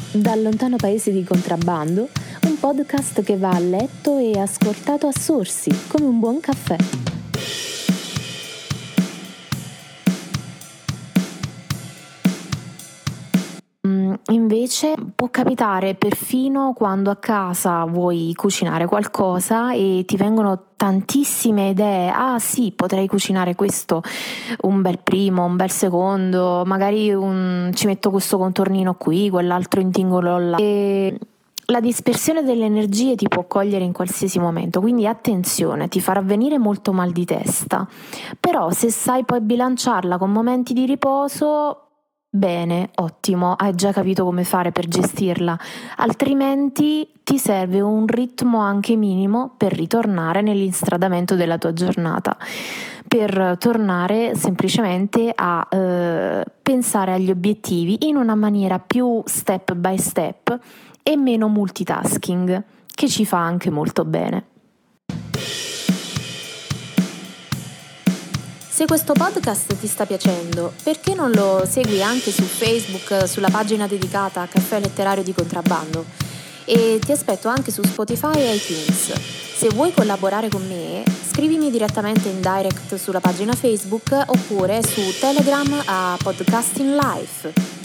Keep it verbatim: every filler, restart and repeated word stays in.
Dal lontano paese di contrabbando, un podcast che va a letto e ascoltato a sorsi, come un buon caffè. Invece può capitare perfino quando a casa vuoi cucinare qualcosa e ti vengono tantissime idee. Ah sì, potrei cucinare questo, un bel primo, un bel secondo, magari un, ci metto questo contornino qui, quell'altro intingolo là. E la dispersione delle energie ti può cogliere in qualsiasi momento, quindi attenzione, ti farà venire molto mal di testa. Però se sai poi bilanciarla con momenti di riposo, bene, ottimo, hai già capito come fare per gestirla, altrimenti ti serve un ritmo anche minimo per ritornare nell'instradamento della tua giornata, per tornare semplicemente a eh, pensare agli obiettivi in una maniera più step by step e meno multitasking, che ci fa anche molto bene. Se questo podcast ti sta piacendo, perché non lo segui anche su Facebook, sulla pagina dedicata a Caffè Letterario di Contrabbando? E ti aspetto anche su Spotify e iTunes. Se vuoi collaborare con me, scrivimi direttamente in direct sulla pagina Facebook oppure su Telegram a Podcasting Life.